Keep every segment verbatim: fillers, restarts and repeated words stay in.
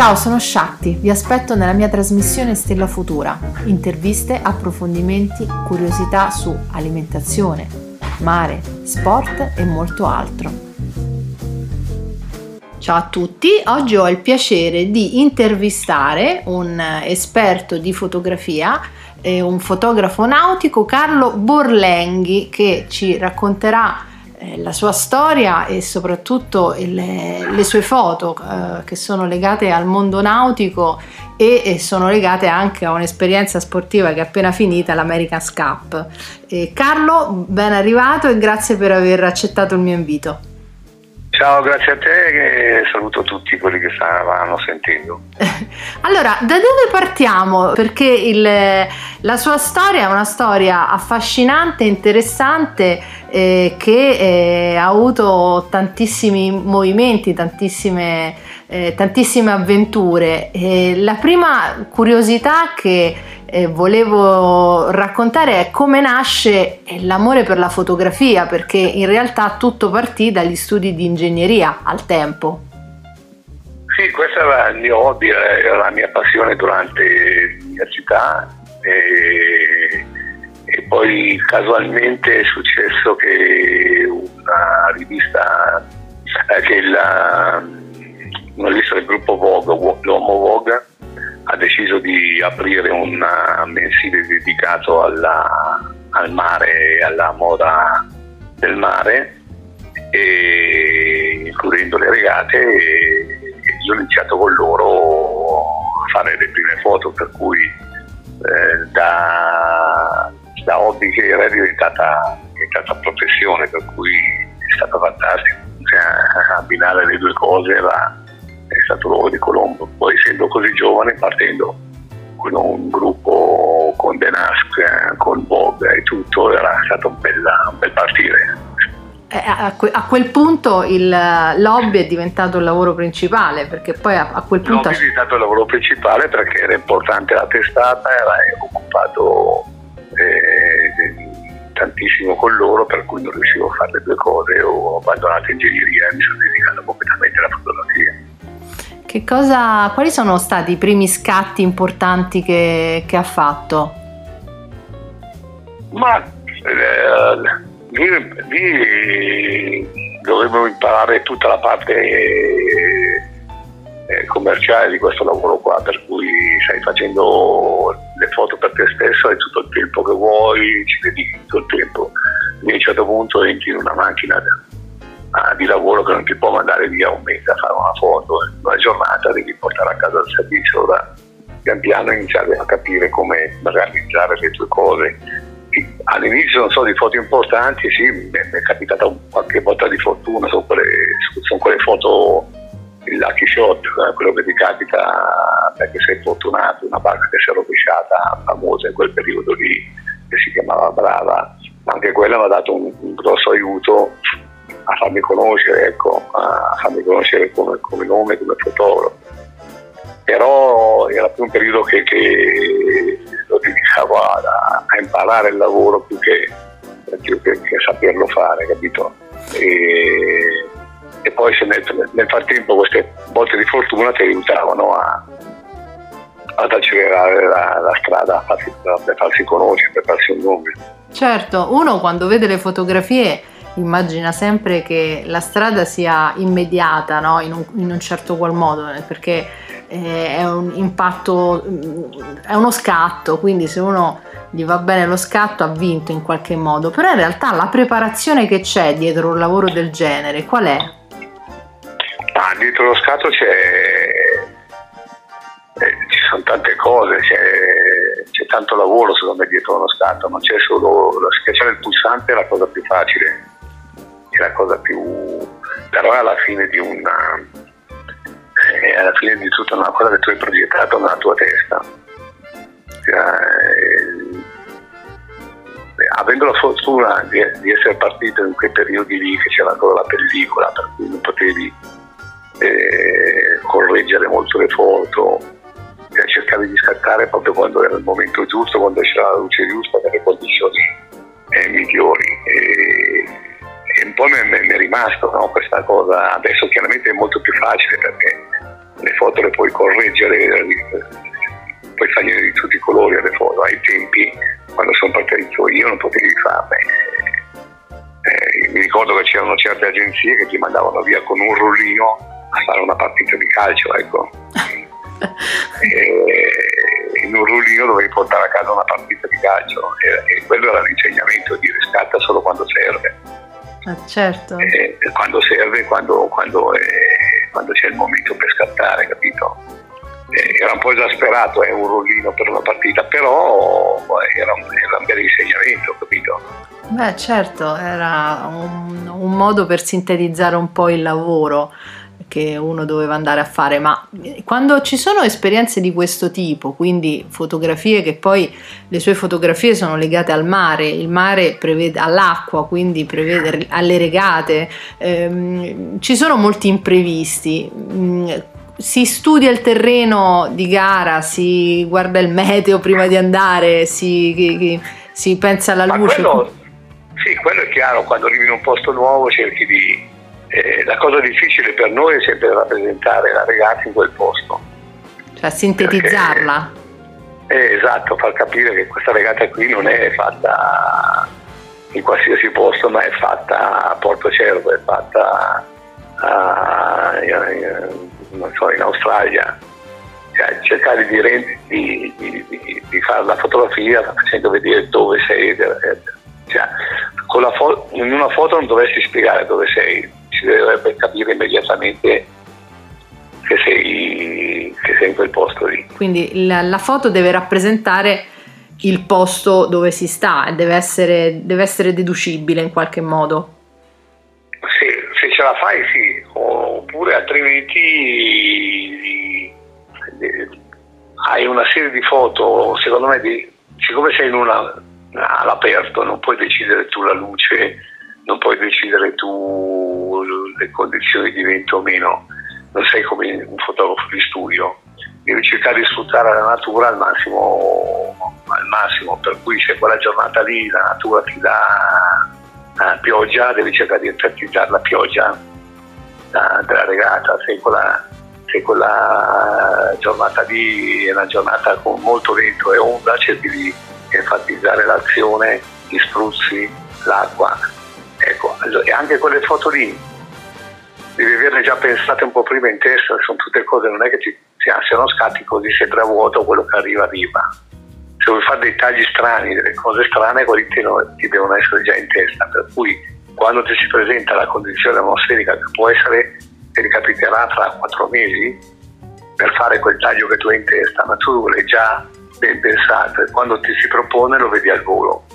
Ciao, sono Shakti, vi aspetto nella mia trasmissione Stella Futura. Interviste, approfondimenti, curiosità su alimentazione, mare, sport e molto altro. Ciao a tutti, oggi ho il piacere di intervistare un esperto di fotografia, eh, un fotografo nautico, Carlo Borlenghi, che ci racconterà eh, la sua storia e soprattutto le, le sue foto eh, che sono legate al mondo nautico e, e sono legate anche a un'esperienza sportiva che è appena finita, l'America's Cup. Eh, Carlo, ben arrivato e grazie per aver accettato il mio invito. Ciao, grazie a te e saluto tutti quelli che stavano sentendo. Allora, da dove partiamo? Perché il, la sua storia è una storia affascinante, interessante, eh, che eh, ha avuto tantissimi movimenti, tantissime, eh, tantissime avventure. E la prima curiosità che eh, volevo raccontare è come nasce l'amore per la fotografia, perché in realtà tutto partì dagli studi di ingegneria al tempo. Sì, questo era il mio hobby, era la mia passione durante l'università e, e poi casualmente è successo che una rivista, eh, che la, una rivista del gruppo Vogue, l'Uomo Vogue, ha deciso di aprire un mensile dedicato alla, al mare e alla moda del mare, e includendo le regate, e io ho iniziato con loro a fare le prime foto, per cui eh, da, da hobby che era diventata, diventata professione, per cui è stato fantastico, cioè, abbinare le due cose era, è stato l'uovo di Colombo. Poi, essendo così giovane, partendo con un gruppo con The Nask, con Bob e tutto, era stato un bel, un bel partire. A quel punto il l'hobby è diventato il lavoro principale, perché poi a quel punto l'hobby è diventato il lavoro principale perché era importante la testata, era occupato eh, tantissimo con loro, per cui non riuscivo a fare le due cose, ho abbandonato ingegneria e mi sono dedicato completamente alla fotografia. Che cosa, quali sono stati i primi scatti importanti che, che ha fatto? Ma eh, Lì, lì dovevo imparare tutta la parte eh, commerciale di questo lavoro qua, per cui stai facendo le foto per te stesso, hai tutto il tempo che vuoi, ci dedichi tutto il tempo. Quindi a un certo punto entri in una macchina uh, di lavoro che non ti può mandare via un mese a fare una foto, in una giornata devi portare a casa il servizio. Ora pian piano iniziare a capire come realizzare le tue cose. All'inizio, non so, di foto importanti, sì, mi è capitata qualche volta di fortuna, sono quelle, sono quelle foto, il lucky shot, quello che ti capita perché sei fortunato, una barca che si è rovesciata, famosa in quel periodo lì, che si chiamava Brava. Anche quella mi ha dato un, un grosso aiuto a farmi conoscere, ecco, a farmi conoscere come, come nome, come fotografo. Però era più un periodo che, che lo dedicavo a, a imparare il lavoro più che, più che, che a saperlo fare, capito? E, e poi se nel, nel frattempo queste botte di fortuna ti aiutavano a, ad accelerare la, la strada, a farsi, per farsi conoscere, per farsi un nome. Certo, uno quando vede le fotografie immagina sempre che la strada sia immediata, no? in, un, in un certo qual modo, perché è un impatto, è uno scatto, quindi se uno gli va bene lo scatto ha vinto in qualche modo, però in realtà la preparazione che c'è dietro un lavoro del genere qual è? Ah, dietro lo scatto c'è eh, ci sono tante cose, c'è, c'è tanto lavoro secondo me dietro uno scatto, non c'è solo lo schiacciare il pulsante, è la cosa più facile, è la cosa più, però è alla fine di una e alla fine di tutto è una cosa che tu hai progettato nella tua testa. Eh, avendo la fortuna di, di essere partito in quei periodi lì che c'era ancora la pellicola, per cui non potevi eh, correggere molto le foto, eh, cercavi di scattare proprio quando era il momento giusto, quando c'era la luce giusta, nelle condizioni eh, migliori. E, e un po' mi è rimasto, no, questa cosa. Adesso chiaramente è molto più facile perché le foto le puoi correggere, puoi fare di tutti i colori alle foto. Ai tempi, quando sono partito io, non potevi farle. Eh, mi ricordo che c'erano certe agenzie che ti mandavano via con un rullino a fare una partita di calcio, ecco. E in un rullino dovevi portare a casa una partita di calcio e, e quello era l'insegnamento di riscatta solo quando serve. Ah, certo. E, quando serve, quando, quando, eh, quando c'è il momento per scattare, capito? E, era un po' esasperato eh, un rullino per una partita, però era un, era un bel insegnamento, capito? Beh, certo, era un, un modo per sintetizzare un po' il lavoro che uno doveva andare a fare, ma quando ci sono esperienze di questo tipo, quindi fotografie che poi le sue fotografie sono legate al mare, il mare prevede all'acqua, quindi prevede alle regate, ehm, ci sono molti imprevisti. Si studia il terreno di gara, si guarda il meteo prima di andare, si, si pensa alla luce. Ma quello, sì, quello è chiaro, quando arrivi in un posto nuovo cerchi di Eh, la cosa difficile per noi è sempre rappresentare la regata in quel posto, cioè sintetizzarla. Perché, eh, esatto, far capire che questa regata qui non è fatta in qualsiasi posto, ma è fatta a Porto Cervo, è fatta a, non so, in Australia. Cioè, cercare di, di, di, di, di fare la fotografia facendo vedere dove sei, cioè, con la fo- in una foto non dovresti spiegare dove sei, si dovrebbe capire immediatamente che sei, che sei in quel posto lì. Quindi la, la foto deve rappresentare il posto dove si sta, deve essere, deve essere deducibile in qualche modo. Sì, se ce la fai sì, oppure altrimenti hai una serie di foto, secondo me, di, siccome sei in una all'aperto, non puoi decidere tu la luce, non puoi decidere tu le condizioni di vento o meno, non sei come un fotografo di studio, devi cercare di sfruttare la natura al massimo, al massimo, per cui se quella giornata lì la natura ti dà la pioggia, devi cercare di enfatizzare la pioggia da, della regata. Se quella, se quella giornata lì è una giornata con molto vento e onda, cerchi di enfatizzare l'azione, gli spruzzi, l'acqua. Ecco, e anche quelle foto lì devi averle già pensate un po' prima in testa, sono tutte cose, non è che ti, se non scatti così sempre a vuoto, quello che arriva arriva. Se vuoi fare dei tagli strani, delle cose strane, quelli ti, ti devono essere già in testa, per cui quando ti si presenta la condizione atmosferica che può essere, ti ricapiterà tra quattro mesi per fare quel taglio che tu hai in testa, ma tu l'hai già ben pensato e quando ti si propone lo vedi al volo.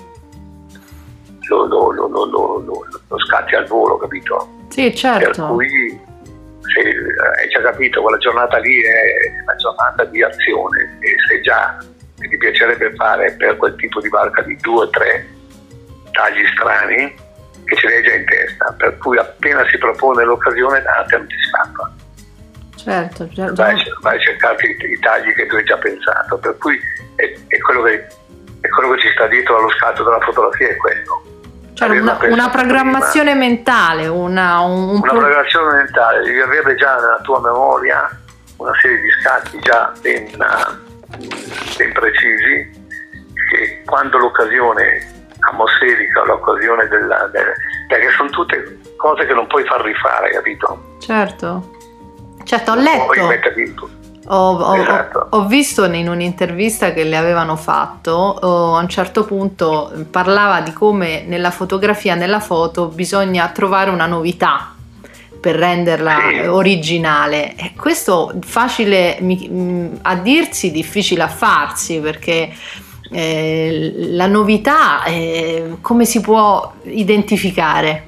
Lo, lo, lo, lo, lo, lo, lo scatti al volo, capito? Sì, certo. Per cui se hai già capito, quella giornata lì è una giornata di azione e se già ti piacerebbe fare per quel tipo di barca di due o tre tagli strani, che ce li hai già in testa, per cui appena si propone l'occasione date non ti scappa. Certo, certo. Vai, vai a cercarti i, i tagli che tu hai già pensato, per cui è, è, quello che, è quello che ci sta dietro allo scatto della fotografia, è quello. Cioè una, una programmazione prima. mentale, una, un, un una pro... programmazione mentale, devi avere già nella tua memoria una serie di scatti già ben, ben precisi, che quando l'occasione atmosferica, l'occasione della, della... perché sono tutte cose che non puoi far rifare, capito? Certo, certo, ho letto. Ho, ho, esatto. ho, ho visto in un'intervista che le avevano fatto, oh, a un certo punto parlava di come nella fotografia, nella foto, bisogna trovare una novità per renderla sì. originale. E questo facile a dirsi, difficile a farsi, perché eh, la novità eh, come si può identificare?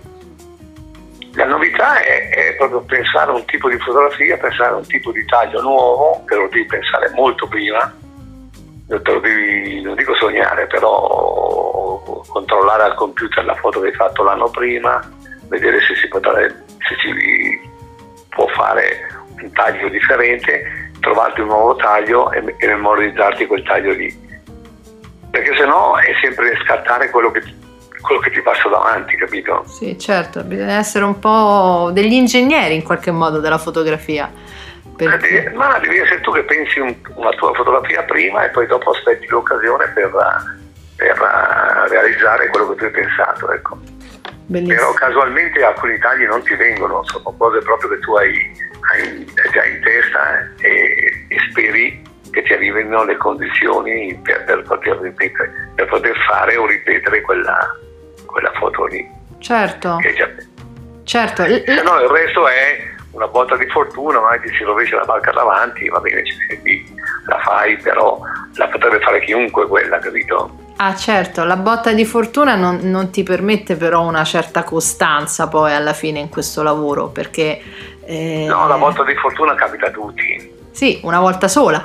La novità è, è proprio pensare a un tipo di fotografia, pensare a un tipo di taglio nuovo, che lo devi pensare molto prima, te lo devi, non dico sognare, però controllare al computer la foto che hai fatto l'anno prima, vedere se si potrà, se si può fare un taglio differente, trovarti un nuovo taglio e, e memorizzarti quel taglio lì, perché sennò è sempre scattare quello che quello che ti passa davanti, capito? Sì, certo, bisogna essere un po' degli ingegneri in qualche modo della fotografia, Perché... Ma devi essere tu che pensi un, una tua fotografia prima e poi dopo aspetti l'occasione per, per realizzare quello che tu hai pensato, ecco. Bellissimo. Però casualmente alcuni tagli non ti vengono, sono cose proprio che tu hai, hai già in testa eh, e, e speri che ti arrivino le condizioni per, per poter ripetere, per poter fare o ripetere quella, quella foto lì. Certo. Che già... certo. Se no il resto è una botta di fortuna, ma ti si rovescia la barca davanti, va bene, la fai, però la potrebbe fare chiunque quella, capito? Ah certo, la botta di fortuna non, non ti permette però una certa costanza poi alla fine in questo lavoro, perché... Eh... No, la botta di fortuna capita a tutti. Sì, una volta sola.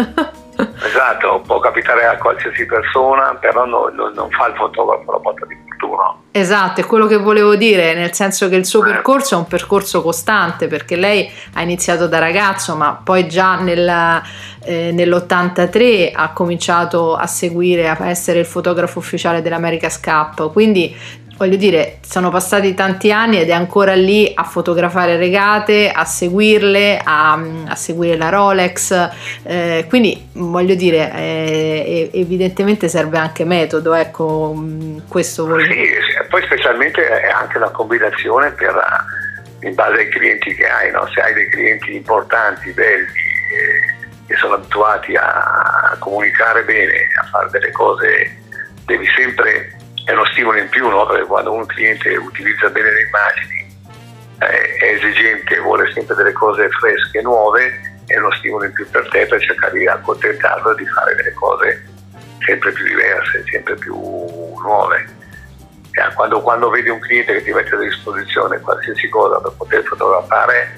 Esatto, può capitare a qualsiasi persona, però no, no, non fa il fotografo la botta di fortuna. Esatto, è quello che volevo dire, nel senso che il suo eh. percorso è un percorso costante, perché lei ha iniziato da ragazzo, ma poi già nel, eh, nell'ottantatré ha cominciato a seguire, a essere il fotografo ufficiale dell'America's Cup, quindi voglio dire, sono passati tanti anni ed è ancora lì a fotografare regate, a seguirle, a, a seguire la Rolex, eh, quindi voglio dire, eh, evidentemente serve anche metodo, ecco, questo voglio dire. Sì, poi specialmente è anche una combinazione per, in base ai clienti che hai, no? Se hai dei clienti importanti, belli, eh, che sono abituati a, a comunicare bene, a fare delle cose, devi sempre... È uno stimolo in più, no? Perché quando un cliente utilizza bene le immagini, eh, è esigente, vuole sempre delle cose fresche e nuove, è uno stimolo in più per te per cercare di accontentarlo e di fare delle cose sempre più diverse, sempre più nuove. E quando, quando vedi un cliente che ti mette a disposizione qualsiasi cosa per poter fotografare,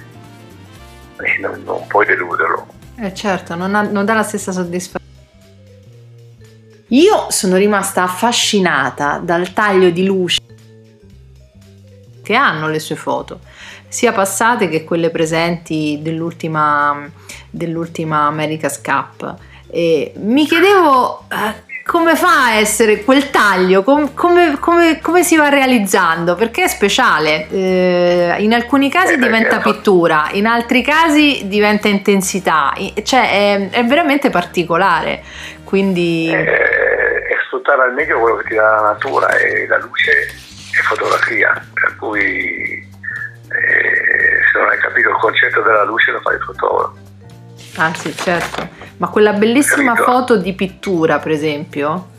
eh, non, non puoi deluderlo. Eh certo, non, ha, non dà la stessa soddisfazione. Io sono rimasta affascinata dal taglio di luce che hanno le sue foto, sia passate che quelle presenti dell'ultima, dell'ultima America's Cup. E mi chiedevo eh, come fa a essere quel taglio, com, come, come, come si va realizzando, perché è speciale. Eh, in alcuni casi eh, diventa certo. pittura, in altri casi diventa intensità, cioè è, è veramente particolare. Quindi eh, è sfruttare al meglio quello che ti dà la natura, e la luce è fotografia, per cui eh, se non hai capito il concetto della luce non fai il fotografo. Ah sì, certo, ma quella bellissima Capito? foto di pittura, per esempio,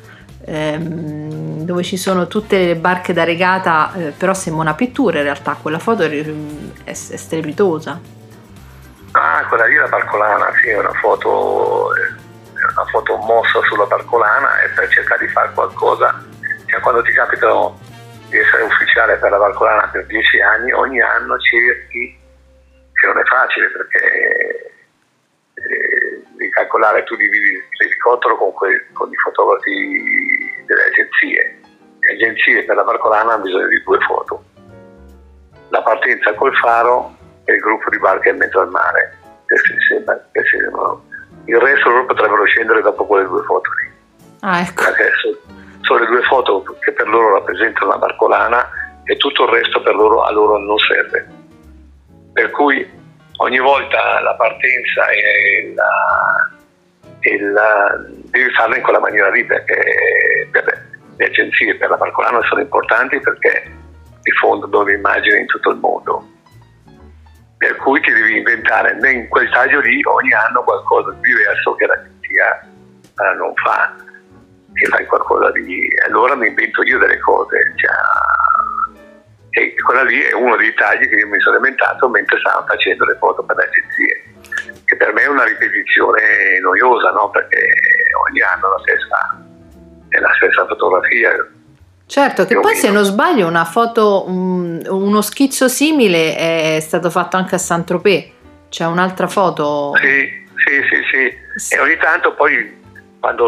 ehm, dove ci sono tutte le barche da regata, eh, però sembra una pittura in realtà, quella foto è, è, è strepitosa. Ah, quella lì è la barcolana, sì, è una foto... Eh, una foto mossa sulla barcolana, e per cercare di fare qualcosa, cioè quando ti capitano di essere ufficiale per la barcolana per dieci anni, ogni anno cerchi, che non è facile perché eh, devi calcolare, tu dividi l'elicottero con, que, con i fotografi delle agenzie, le agenzie per la barcolana hanno bisogno di due foto, la partenza col faro e il gruppo di barche in mezzo al mare, che si sembra, che si sembrano. Il resto loro potrebbero scendere dopo quelle due foto lì. Ah, ecco. Perché sono le due foto che per loro rappresentano la barcolana, e tutto il resto per loro, a loro non serve. Per cui ogni volta la partenza e la, e la devi farla in quella maniera lì, perché per le agenzie per la barcolana sono importanti, perché diffondono le immagini in tutto il mondo. Per cui ti devi inventare in quel taglio lì ogni anno qualcosa di diverso che l'agenzia eh, non fa, che fai qualcosa di... Allora mi invento io delle cose, cioè, e quella lì è uno dei tagli che io mi sono inventato mentre stavamo facendo le foto per le agenzie, che per me è una ripetizione noiosa, no? Perché ogni anno la stessa, è la stessa fotografia. Certo, che poi se non sbaglio una foto, um, uno schizzo simile è stato fatto anche a Saint-Tropez, c'è un'altra foto. Sì, sì, sì, sì, sì. E ogni tanto poi quando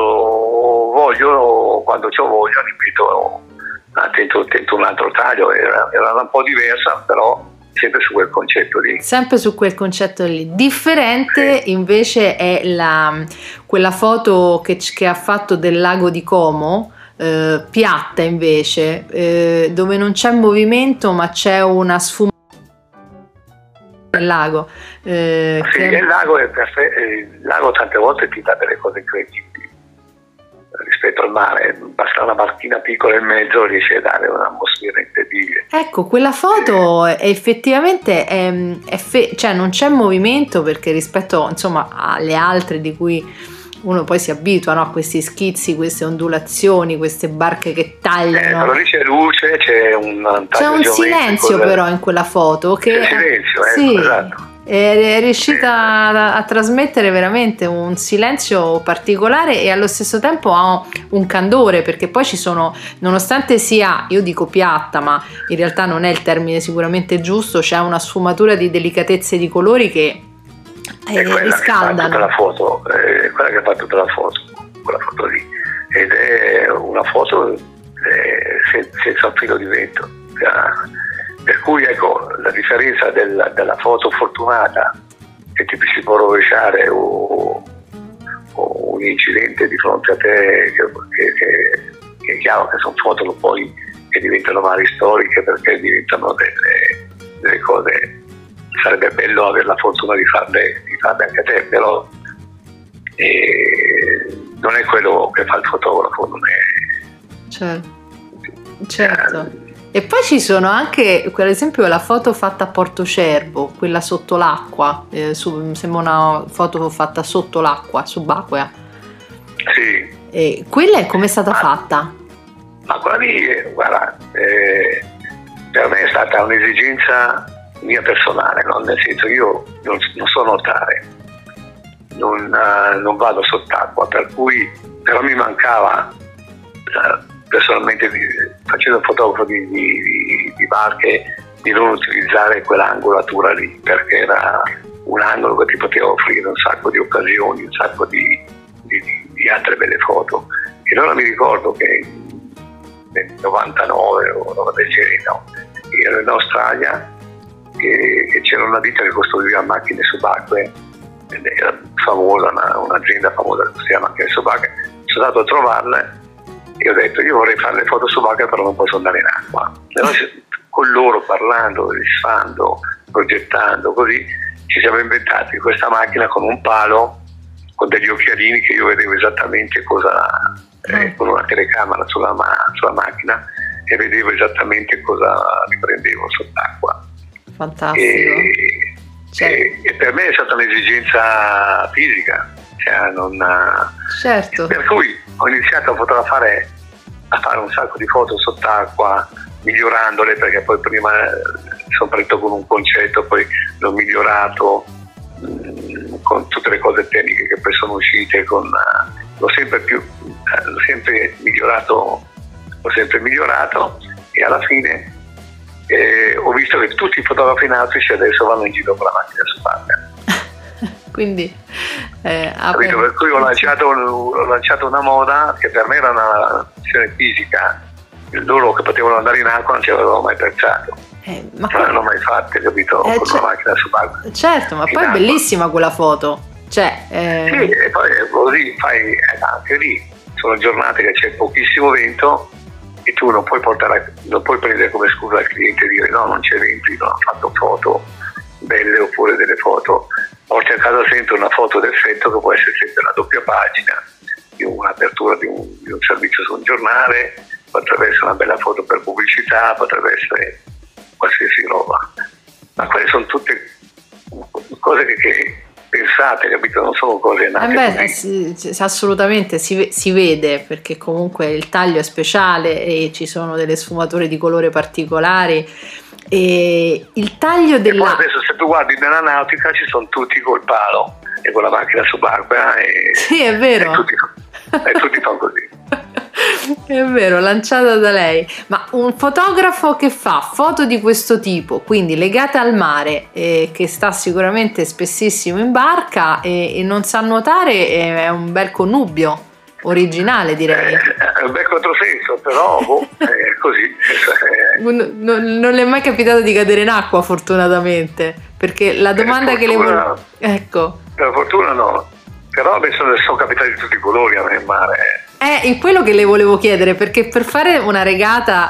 voglio, quando c'ho voglia, ripeto, tento, tento un altro taglio, era, era un po' diversa, però sempre su quel concetto lì. Sempre su quel concetto lì. Differente sì. Invece è la, quella foto che, che ha fatto del lago di Como, Eh, piatta invece, eh, dove non c'è movimento ma c'è una sfumatura il lago. Eh, sì, che... il lago è perfetto, il lago tante volte ti dà delle cose incredibili rispetto al mare, basta una barchina piccola in mezzo, riesce a dare un'atmosfera incredibile. Ecco, quella foto è effettivamente è, è fe- cioè non c'è movimento, perché rispetto insomma alle altre di cui uno poi si abitua, no? A questi schizzi, queste ondulazioni, queste barche che tagliano. Eh, però lì c'è luce, c'è un c'è un silenzio del... però in quella foto che c'è silenzio, sì, ecco, esatto. È riuscita a, a trasmettere veramente un silenzio particolare e allo stesso tempo ha un candore, perché poi ci sono, nonostante sia, io dico piatta, ma in realtà non è il termine sicuramente giusto, c'è una sfumatura di delicatezze di colori che è quella riscaldano. Che fa tutta la foto, è quella che fa tutta la foto, quella foto lì, ed è una foto eh, senza un filo di vento. Per cui ecco la differenza della, della foto fortunata che ti si può rovesciare o, o un incidente di fronte a te che, che, che, che è chiaro che sono foto poi che diventano mali storiche, perché diventano delle, delle cose, sarebbe bello avere la fortuna di farle, di farle anche a te, però eh, non è quello che fa il fotografo, non è certo, certo. Eh, E poi ci sono anche, per esempio, la foto fatta a Portocervo, quella sotto l'acqua, eh, su, sembra una foto fatta sotto l'acqua, subacquea. Sì. E quella è come è stata ma, fatta? Ma quella lì, guarda, eh, per me è stata un'esigenza mia personale, no? Nel senso io non, non so nuotare, non, uh, non vado sott'acqua, per cui però mi mancava... Uh, personalmente facendo il fotografo di, di, di barche, di non utilizzare quell'angolatura lì, perché era un angolo che ti poteva offrire un sacco di occasioni, un sacco di, di, di altre belle foto. E allora mi ricordo che nel novantanove o roba del genere, no, ero in Australia e, e c'era una ditta che costruiva macchine subacquee, era famosa, una, un'azienda famosa che costruiva macchine subacquee. Sono andato a trovarle e ho detto io vorrei fare le foto subacquee, però non posso andare in acqua. Allora, con loro parlando, risfando, progettando, così ci siamo inventati questa macchina con un palo, con degli occhialini che io vedevo esattamente cosa, eh, con una telecamera sulla, ma- sulla macchina, e vedevo esattamente cosa riprendevo sott'acqua. Fantastico. E, certo. e, e per me è stata un'esigenza fisica, cioè non, certo. Per cui ho iniziato a fotografare, a fare un sacco di foto sott'acqua, migliorandole, perché poi prima sono partito con un concetto, poi l'ho migliorato mh, con tutte le cose tecniche che poi sono uscite, con, uh, l'ho sempre più uh, l'ho sempre migliorato, l'ho sempre migliorato e alla fine eh, ho visto che tutti i fotografi nautici adesso vanno in giro con la macchina subacquea. Quindi eh, capito? Per cui ho lanciato, ho lanciato una moda che per me era una questione fisica, loro che potevano andare in acqua non ci avevano mai pensato, eh, ma non l'hanno mai fatte, capito? Eh, con cer- una macchina subacquea. Certo, ma poi è bellissima quella foto, cioè eh... sì, e poi così fai, eh, anche lì sono giornate che c'è pochissimo vento e tu non puoi portare, non puoi prendere come scusa al cliente e dire no, non c'è vento, io non ho fatto foto belle oppure delle foto. Ho cercato sempre una foto d'effetto che può essere sempre una doppia pagina di un'apertura di un, di un servizio su un giornale, potrebbe essere una bella foto per pubblicità, potrebbe essere qualsiasi roba. Ma quelle sono tutte cose che, che pensate, capito? Non sono cose nate eh beh, sì, assolutamente si, si vede, perché comunque il taglio è speciale e ci sono delle sfumature di colore particolari. E il taglio della... E poi adesso se tu guardi nella nautica ci sono tutti col palo e con la macchina subacquea e... sì, è vero, e tutti, e tutti fanno così. È vero, lanciata da lei. Ma un fotografo che fa foto di questo tipo, quindi legate al mare, eh, che sta sicuramente spessissimo in barca e, e non sa nuotare, eh, è un bel connubio originale, direi. Eh, è un bel controsenso, però boh, è così. Non, non, non le è mai capitato di cadere in acqua, fortunatamente, perché la domanda che le volevo... Ecco. Per fortuna no, però mi sono, sono capitati di tutti i colori a me in mare. È in quello che le volevo chiedere, perché per fare una regata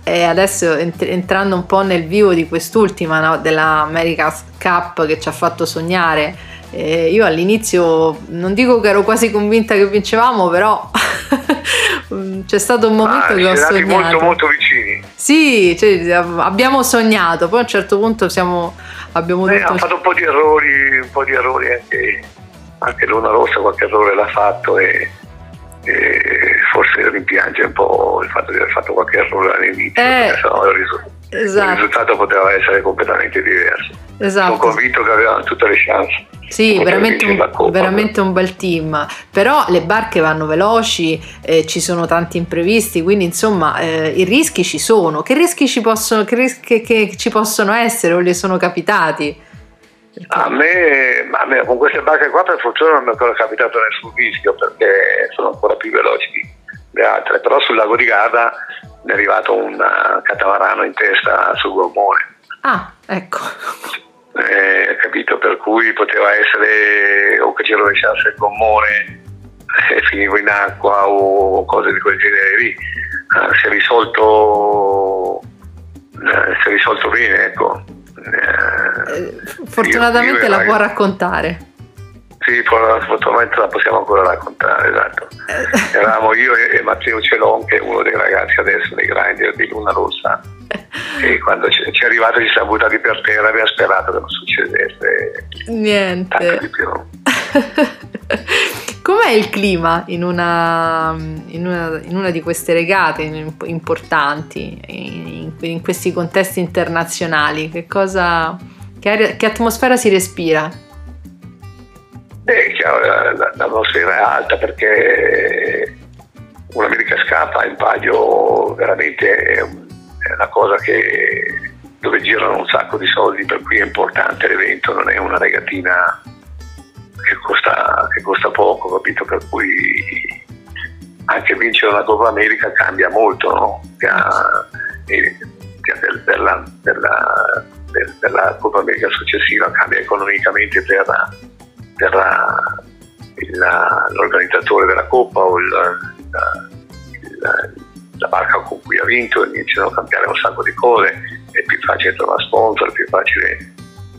E adesso ent- entrando un po' nel vivo di quest'ultima, no, della America's Cup che ci ha fatto sognare, eh, io all'inizio non dico che ero quasi convinta che vincevamo, però c'è stato un momento ah, che ho sognato molto molto vicini. Sì, cioè, abbiamo sognato, poi a un certo punto siamo, abbiamo eh, dovuto... hanno fatto un po' di errori, un po' di errori anche, anche Luna Rossa qualche errore l'ha fatto e, e forse rimpiange un po' il fatto di aver fatto qualche errore all'inizio, eh, perché sennò il, risu- esatto. il risultato poteva essere completamente diverso. Esatto. Sono convinto che avevano tutte le chance. Sì, veramente un, Coppa, veramente un bel team, però le barche vanno veloci, eh, ci sono tanti imprevisti, quindi insomma eh, i rischi ci sono. Che rischi ci possono, che rischi che ci possono essere o le sono capitati? A me, a me con queste barche qua per fortuna non mi è ancora capitato nessun rischio, perché sono ancora più veloci le altre, però sul lago di Garda mi è arrivato un catamarano in testa sul gommone. Ah, ecco. Eh, capito, per cui poteva essere o che ci rovesciasse il gommone e finivo in acqua o cose di quel genere lì. Uh, si è risolto uh, si è risolto bene, ecco. Uh, fortunatamente io, io la può raccontare. Sì, fortunatamente la possiamo ancora raccontare, esatto. Eravamo io e, e Matteo Celon, che è uno dei ragazzi adesso dei grinder di Luna Rossa, e quando ci, ci è arrivato ci siamo buttati per terra e abbiamo sperato che non succedesse niente. Tanto di più. Com'è il clima in una, in una, in una di queste regate importanti, in, in questi contesti internazionali? Che cosa, che, aria, che atmosfera si respira? Beh, chiaro, l'atmosfera è alta perché un'America's Cup in palio veramente è una cosa che dove girano un sacco di soldi, per cui è importante l'evento, non è una regatina che costa, che costa poco, capito? Per cui anche vincere una Coppa America cambia molto, no? Che ha, che del, della, della, del, della Coppa America successiva cambia economicamente per per la, il, l'organizzatore della Coppa o il, la, il, la barca con cui ha vinto, iniziano a cambiare un sacco di cose, è più facile trovare sponsor, è più facile,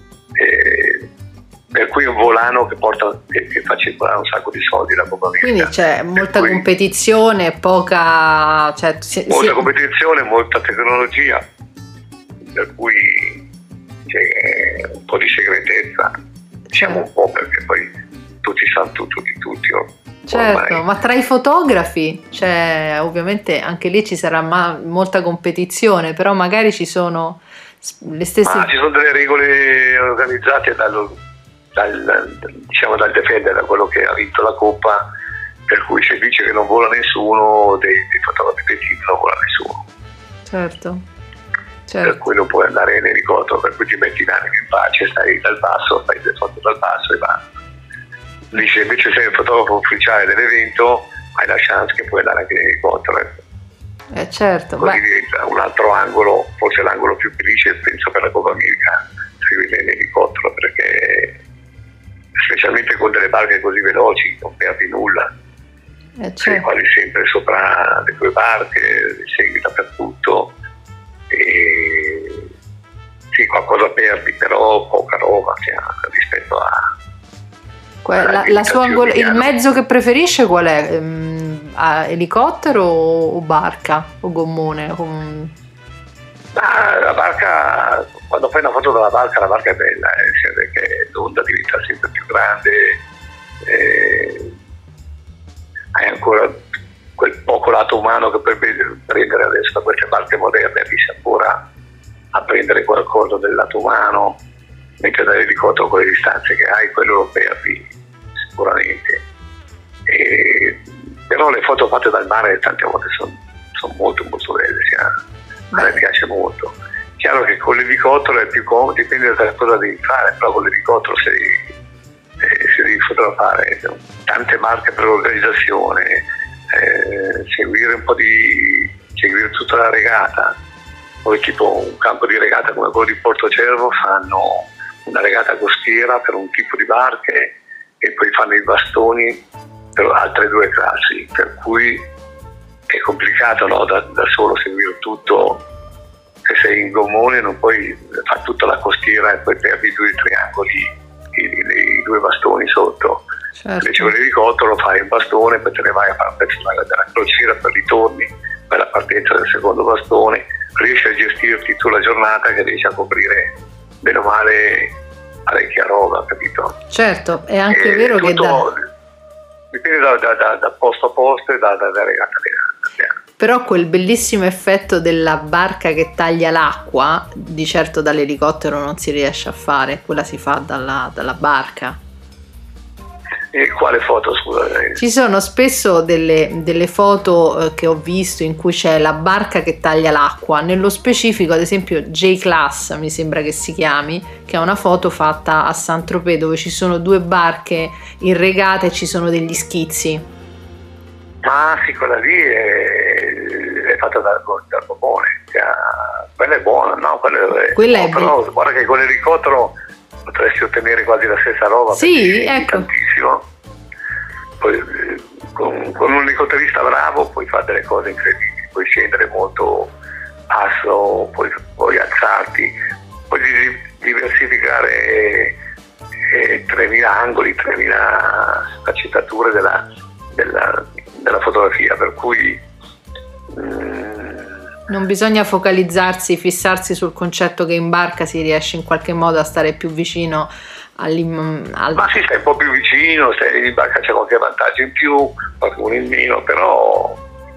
eh, per cui è un volano che porta che, che fa circolare un sacco di soldi la Coppa America. Quindi c'è molta cui, competizione, poca cioè, si, molta si... competizione, molta tecnologia, per cui c'è un po' di segretezza. Diciamo un po', perché poi tutti sanno tutto di tutti. Certo, ormai. Ma tra i fotografi, cioè, ovviamente anche lì ci sarà ma- molta competizione, però magari ci sono le stesse... Ma ci sono delle regole organizzate dal, dal, diciamo dal defender, da quello che ha vinto la Coppa, per cui se dice che non vola nessuno, dei, dei fotografi dei team non vola nessuno. Certo. Certo. Per cui non puoi andare nell'elicottero, per cui ti metti in anima in pace, stai dal basso, fai le foto dal basso e basta. Lì se invece sei il fotografo ufficiale dell'evento hai la chance che puoi andare anche in elicottero. Eh certo. Così beh. diventa un altro angolo, forse l'angolo più felice penso per la Coppa America, seguire in elicottero, perché specialmente con delle barche così veloci non perdi nulla. Eh certo. Sei quasi sempre sopra le tue barche, segui dappertutto. E sì, qualcosa perdi, però poca roba, cioè, rispetto a la, la sua angolo, il mezzo che preferisce qual è? Ehm, elicottero o barca o gommone? Com... Ah, la barca, quando fai una foto dalla barca, la barca è bella, eh, perché l'onda diventa sempre più grande, eh, hai ancora quel poco lato umano che puoi prendere adesso da queste barche moderne, riesci ancora a prendere qualcosa del lato umano, mentre dall'elicottero con le distanze che hai quello lo perdi sicuramente. E, però le foto fatte dal mare tante volte sono son molto molto belle, sì, a me piace molto. Chiaro che con l'elicottero è più comodo, dipende da cosa devi fare, però con l'elicottero sei, eh, se devi fotografare tante marche per l'organizzazione, Eh, seguire un po' di seguire tutta la regata, poi tipo un campo di regata come quello di Portocervo fanno una regata costiera per un tipo di barche e poi fanno i bastoni per altre due classi, per cui è complicato, no? da, da solo seguire tutto se sei in gommone non puoi fare tutta la costiera e poi perdi due triangoli, i, i, i due bastoni sotto. Certo. Invece con l'elicottero fai un bastone, poi te ne vai a fare un pezzo della crociera per ritorni, per la partenza del secondo bastone, riesci a gestirti tu la giornata che riesci a coprire bene o male parecchia roba, capito? Certo, è anche e vero tutto, che da... dipende da, da, da, da posto a posto e da, da, da regata a regata. Però quel bellissimo effetto della barca che taglia l'acqua, di certo dall'elicottero non si riesce a fare, quella si fa dalla, dalla barca. E quale foto, scusa? Ci sono spesso delle, delle foto eh, che ho visto in cui c'è la barca che taglia l'acqua, nello specifico ad esempio J-Class mi sembra che si chiami, che è una foto fatta a Saint-Tropez dove ci sono due barche in regata e ci sono degli schizzi. Ah sì, quella lì è, è fatta dal, dal gommone, quella è buona, no? Quella è, quella è però be- guarda che con l'elicottero potresti ottenere quasi la stessa roba. Sì, ecco. Tantissimo. Poi, con, con un elicotterista bravo puoi fare delle cose incredibili, puoi scendere molto basso, puoi, puoi alzarti, puoi diversificare eh, tremila angoli, tremila sfaccettature della, della, della fotografia, per cui mm, non bisogna focalizzarsi, fissarsi sul concetto che in barca si riesce in qualche modo a stare più vicino al... Ma sì, stai un po' più vicino, stai in barca c'è qualche vantaggio in più, qualcuno in meno, però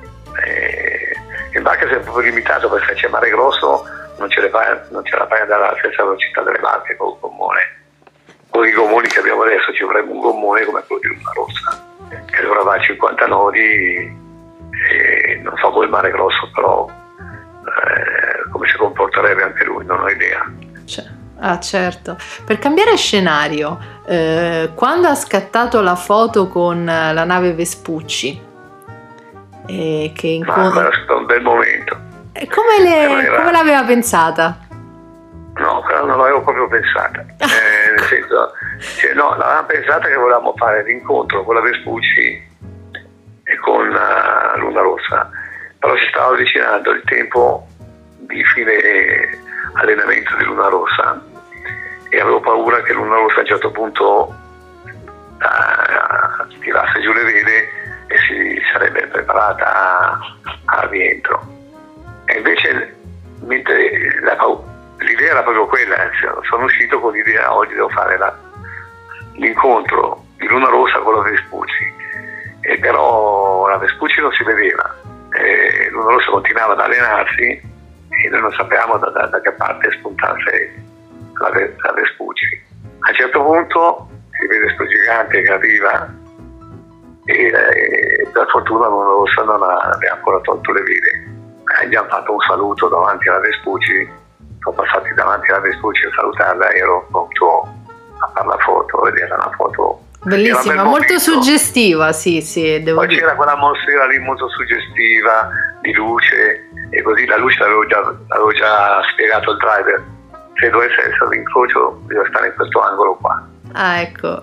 eh, in barca sei un po' più limitato perché se c'è mare grosso non ce, le fai, non ce la fai andare alla stessa velocità delle barche con il gommone. Con i gommoni che abbiamo adesso ci vorrebbe un gommone come quello di Luna Rossa, che dovrà fare cinquanta nodi, e non so come il mare grosso, però eh, come si comporterebbe anche lui, non ho idea. Cioè. Ah certo, per cambiare scenario, eh, quando ha scattato la foto con la nave Vespucci, eh, che in Ma quello è stato un bel momento. E come, le, era... come l'aveva pensata? No, quella non l'avevo proprio pensata, eh, nel senso, cioè, no, l'avevamo pensata che volevamo fare l'incontro con la Vespucci e con uh, Luna Rossa, però si stava avvicinando il tempo di fine allenamento di Luna Rossa e avevo paura che Luna Rossa a un certo punto uh, tirasse giù le vele e si sarebbe preparata al rientro. E invece mentre la, l'idea era proprio quella, sono uscito con l'idea oggi devo fare la, l'incontro di Luna Rossa con la Vespucci, e però la Vespucci non si vedeva, e Luna Rossa continuava ad allenarsi e noi non sapevamo da, da, da che parte spuntasse la, la Vespucci. A un certo punto si vede questo gigante che arriva e, e per fortuna Luna Rossa non aveva ancora tolto le vele. Abbiamo fatto un saluto davanti alla Vespucci, sono passati davanti alla Vespucci a salutarla e ero pronto a fare la foto, a vedere una foto bellissima, molto suggestiva, sì sì, devo poi dire. C'era quell'atmosfera lì molto suggestiva di luce, e così la luce l'avevo già, l'avevo già spiegato il driver, se dovesse essere l'incrocio bisogna stare in questo angolo qua. Ah ecco.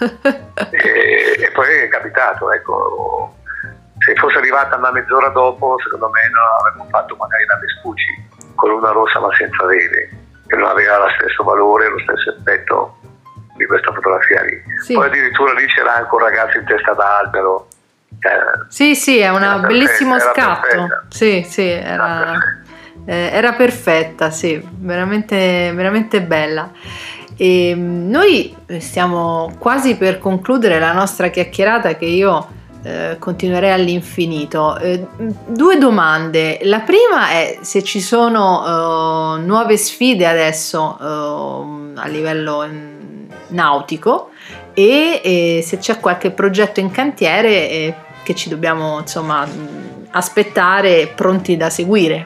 e, e poi è capitato, ecco, se fosse arrivata una mezz'ora dopo secondo me non avremmo fatto magari la Vespucci con Luna Rossa ma senza vele, che non aveva lo stesso valore, lo stesso effetto di questa fotografia lì. Sì. Poi addirittura lì c'era anche un ragazzo in testa d'albero. Eh, sì, sì, è un bellissimo perfetta, scatto. Perfetta. Sì, sì, era, era, eh, era perfetta, sì, veramente, veramente bella. E noi stiamo quasi per concludere la nostra chiacchierata, che io eh, continuerei all'infinito. Eh, due domande. La prima è se ci sono eh, nuove sfide adesso eh, a livello nautico e, e se c'è qualche progetto in cantiere eh, che ci dobbiamo insomma aspettare pronti da seguire.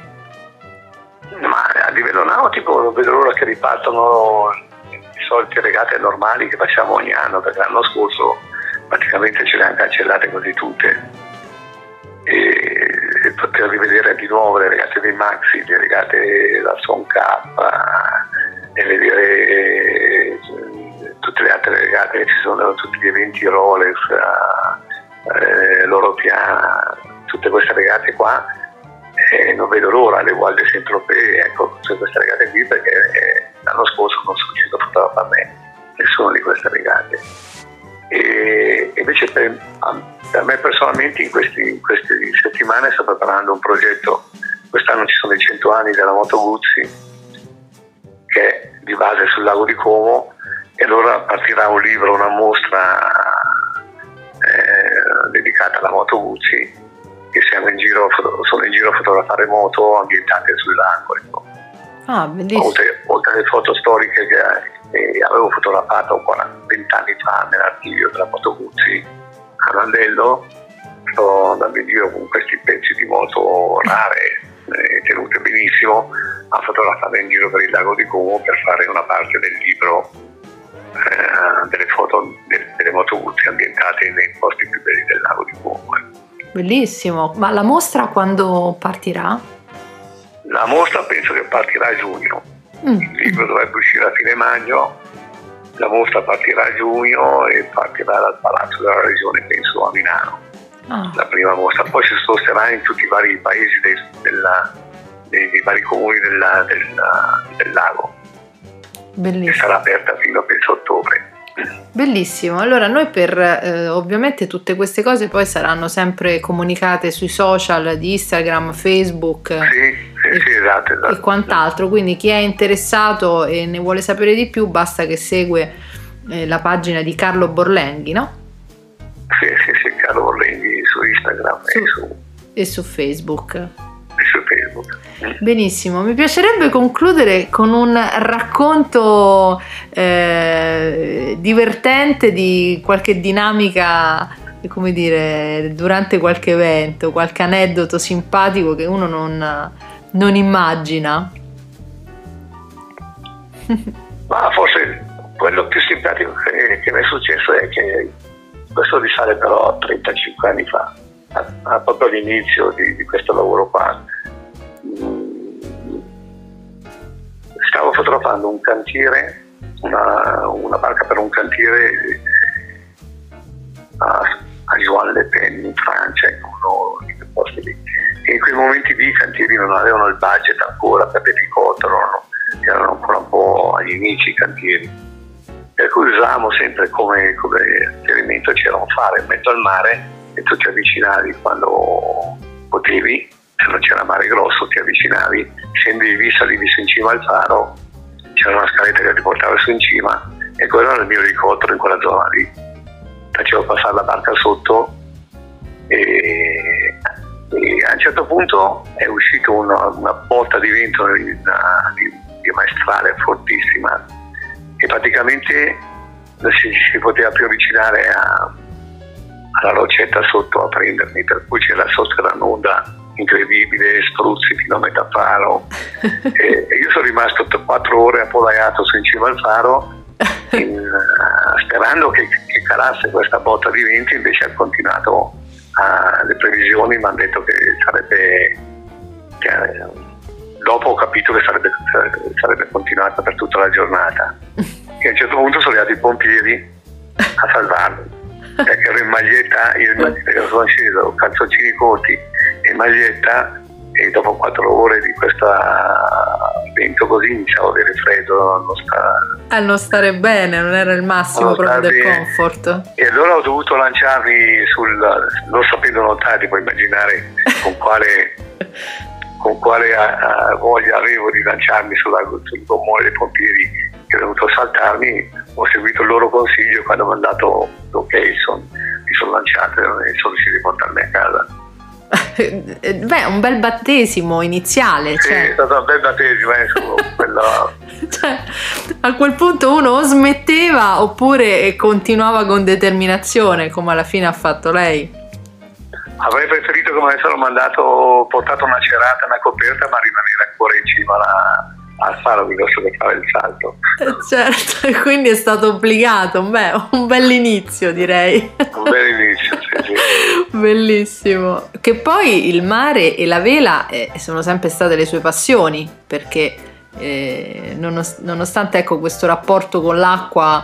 Ma a livello nautico non vedo l'ora che ripartano i soliti regate normali che facciamo ogni anno, perché l'anno scorso praticamente ce le hanno cancellate quasi tutte, e, e poter rivedere di nuovo le regate dei Maxi, le regate da Swan Cup e vedere tutte le altre regate che ci sono, tutti gli eventi Rolex, eh, l'Europiana, tutte queste regate qua e non vedo l'ora, le Voile de Saint-Tropez, ecco, tutte queste regate qui, perché eh, l'anno scorso non sono riuscito a fotografare nessuna di queste regate. E invece per, per me personalmente in, questi, in queste settimane sto preparando un progetto. Quest'anno ci sono i cento anni della Moto Guzzi, che è di base sul lago di Como, e allora partirà un libro, una mostra eh, dedicata alla Moto Guzzi, che siamo in giro, sono in giro a fotografare moto ambientate sul lago. Ecco. Ah, bellissimo. Oltre, oltre alle foto storiche che eh, avevo fotografato venti anni fa nell'archivio della Moto Guzzi a Randello, sto andando in giro con questi pezzi di moto rare, eh, tenute benissimo, a fotografare in giro per il lago di Como per fare una parte del libro eh, delle foto de, delle Moto Guzzi ambientate nei posti più belli del lago di Como. Bellissimo, ma la mostra quando partirà? La mostra penso che partirà a giugno, mm. il libro dovrebbe uscire a fine maggio, la mostra partirà a giugno e partirà dal Palazzo della Regione, penso a Milano, ah. la prima mostra, poi si sposterà in tutti i vari paesi dei, della, dei, dei vari comuni della, della, del lago. Bellissimo. E sarà aperta fino a penso ottobre. Bellissimo, allora noi per eh, ovviamente tutte queste cose poi saranno sempre comunicate sui social di Instagram, Facebook sì, sì, e, sì, esatto, esatto. e quant'altro, quindi chi è interessato e ne vuole sapere di più basta che segue eh, la pagina di Carlo Borlenghi, no? Sì, sì, sì, Carlo Borlenghi su Instagram su, e, su... e su Facebook. E su Facebook. Benissimo, mi piacerebbe concludere con un racconto eh, divertente di qualche dinamica, come dire, durante qualche evento, qualche aneddoto simpatico che uno non, non immagina. Ma forse quello più simpatico che, che mi è successo è che questo risale però a trentacinque anni fa, a, a proprio all'inizio di, di questo lavoro qua. Stavo fotografando un cantiere, una, una barca per un cantiere a, a Juan Le Pen in Francia, in uno di quei posti lì. E in quei momenti lì i cantieri non avevano il budget ancora per l'elicottero, no? Erano ancora un po' agli inizi i cantieri. Per cui usavamo sempre come, come riferimento c'era un faro in mezzo al mare e tu ti avvicinavi quando potevi. Se non c'era mare grosso ti avvicinavi, scendevi, salivi su in cima al faro, c'era una scaletta che ti portava su in cima e quello era il mio elicottero in quella zona lì. Facevo passare la barca sotto e, e a un certo punto è uscita una, una botta di vento di, di, di maestrale fortissima e praticamente non si, si poteva più avvicinare a, alla roccetta sotto a prendermi, per cui c'era sotto era un'onda incredibile, spruzzi fino a metà faro e, e io sono rimasto quattro ore appollaiato su in cima al faro in, uh, sperando che, che calasse questa botta di vento, invece ha continuato uh, le previsioni mi hanno detto che sarebbe che, uh, dopo ho capito che sarebbe, sarebbe continuata per tutta la giornata e a un certo punto sono arrivati i pompieri a salvarmi perché ero in maglietta, io in maglietta sono sceso, calzoncini corti e maglietta e dopo quattro ore di questo vento così iniziavo a avere freddo a non, sta... a non stare bene, non era il massimo proprio del bene. Comfort e allora ho dovuto lanciarmi sul non sapendo nuotare, ti puoi immaginare con quale con quale a, a voglia avevo di lanciarmi sulla, sul gommone dei pompieri che ho dovuto saltarmi, ho seguito il loro consiglio e quando mi hanno dato l'ok son, mi sono lanciato e sono riuscito a portarmi a casa. Beh, un bel battesimo iniziale. Sì, cioè. è stato un bel battesimo, eh, su quella... cioè, a quel punto uno o smetteva oppure continuava con determinazione, come alla fine ha fatto lei. Avrei preferito che mi avessero mandato, portato una cerata, una coperta, ma rimanere ancora in cima alla... al faro piuttosto che fare il salto. Eh, certo, e quindi è stato obbligato. Beh, un bell'inizio direi. Un bell'inizio, sì, sì. Bellissimo. Che poi il mare e la vela eh, sono sempre state le sue passioni, perché eh, nonost- nonostante ecco questo rapporto con l'acqua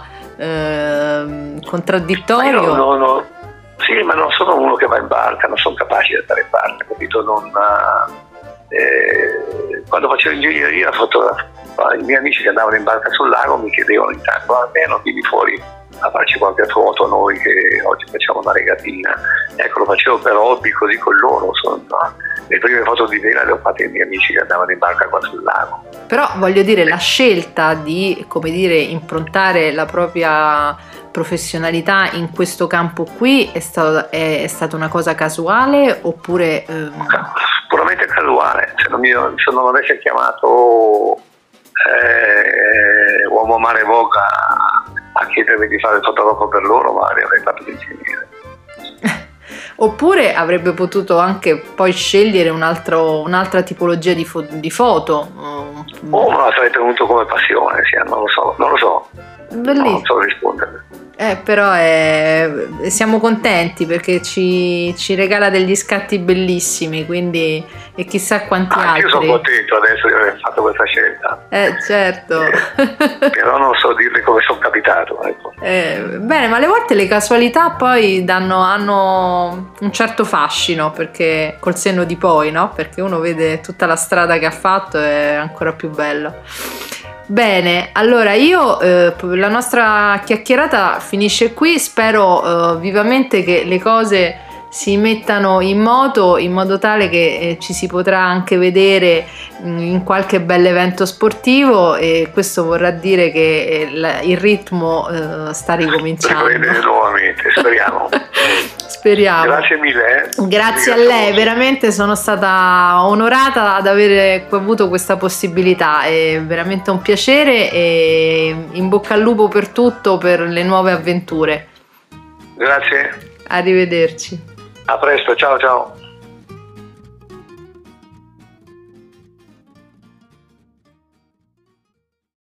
eh, contraddittorio. Ma io no, no. Sì, ma non sono uno che va in barca, non sono capace di andare in barca, capito? Non, eh, quando facevo ingegneria fotografia, i miei amici che andavano in barca sul lago mi chiedevano intanto almeno vieni fuori a farci qualche foto noi che oggi facciamo una regatina. Ecco, lo facevo per hobby così con loro. Sono, no? Le prime foto di vela le ho fatte ai miei amici che andavano in barca qua sul lago. Però voglio dire, la scelta di, come dire, improntare la propria professionalità in questo campo qui è, stato, è, è stata una cosa casuale oppure... Ehm... Puramente casuale. Se non, mi, se non avesse chiamato eh, Uomo Mare Voga a chiedermi di fare il fotografo per loro, magari avrei fatto l'ingegnere. Oppure avrebbe potuto anche poi scegliere un altro, un'altra tipologia di, fo- di foto. O me la sarei tenuto come passione, sì, non lo so, non lo so. Bellissimo. Non so rispondere. Eh, però è... siamo contenti perché ci, ci regala degli scatti bellissimi, quindi e chissà quanti ah, altri. Io sono contento adesso di aver fatto questa scelta. Eh, certo. Eh, però non so dirle come sono capitato. Ecco. Eh, bene, ma alle volte le casualità poi danno, hanno un certo fascino, perché col senno di poi, no? Perché uno vede tutta la strada che ha fatto e è ancora più bello. Bene, allora io eh, la nostra chiacchierata finisce qui, spero eh, vivamente che le cose si mettano in moto in modo tale che eh, ci si potrà anche vedere mh, in qualche bel evento sportivo, e questo vorrà dire che eh, il ritmo eh, sta ricominciando. Rivedere nuovamente, speriamo. Speriamo. Grazie mille. Eh. Grazie a lei, veramente sono stata onorata ad aver avuto questa possibilità, è veramente un piacere e in bocca al lupo per tutto, per le nuove avventure. Grazie. Arrivederci. A presto, ciao ciao.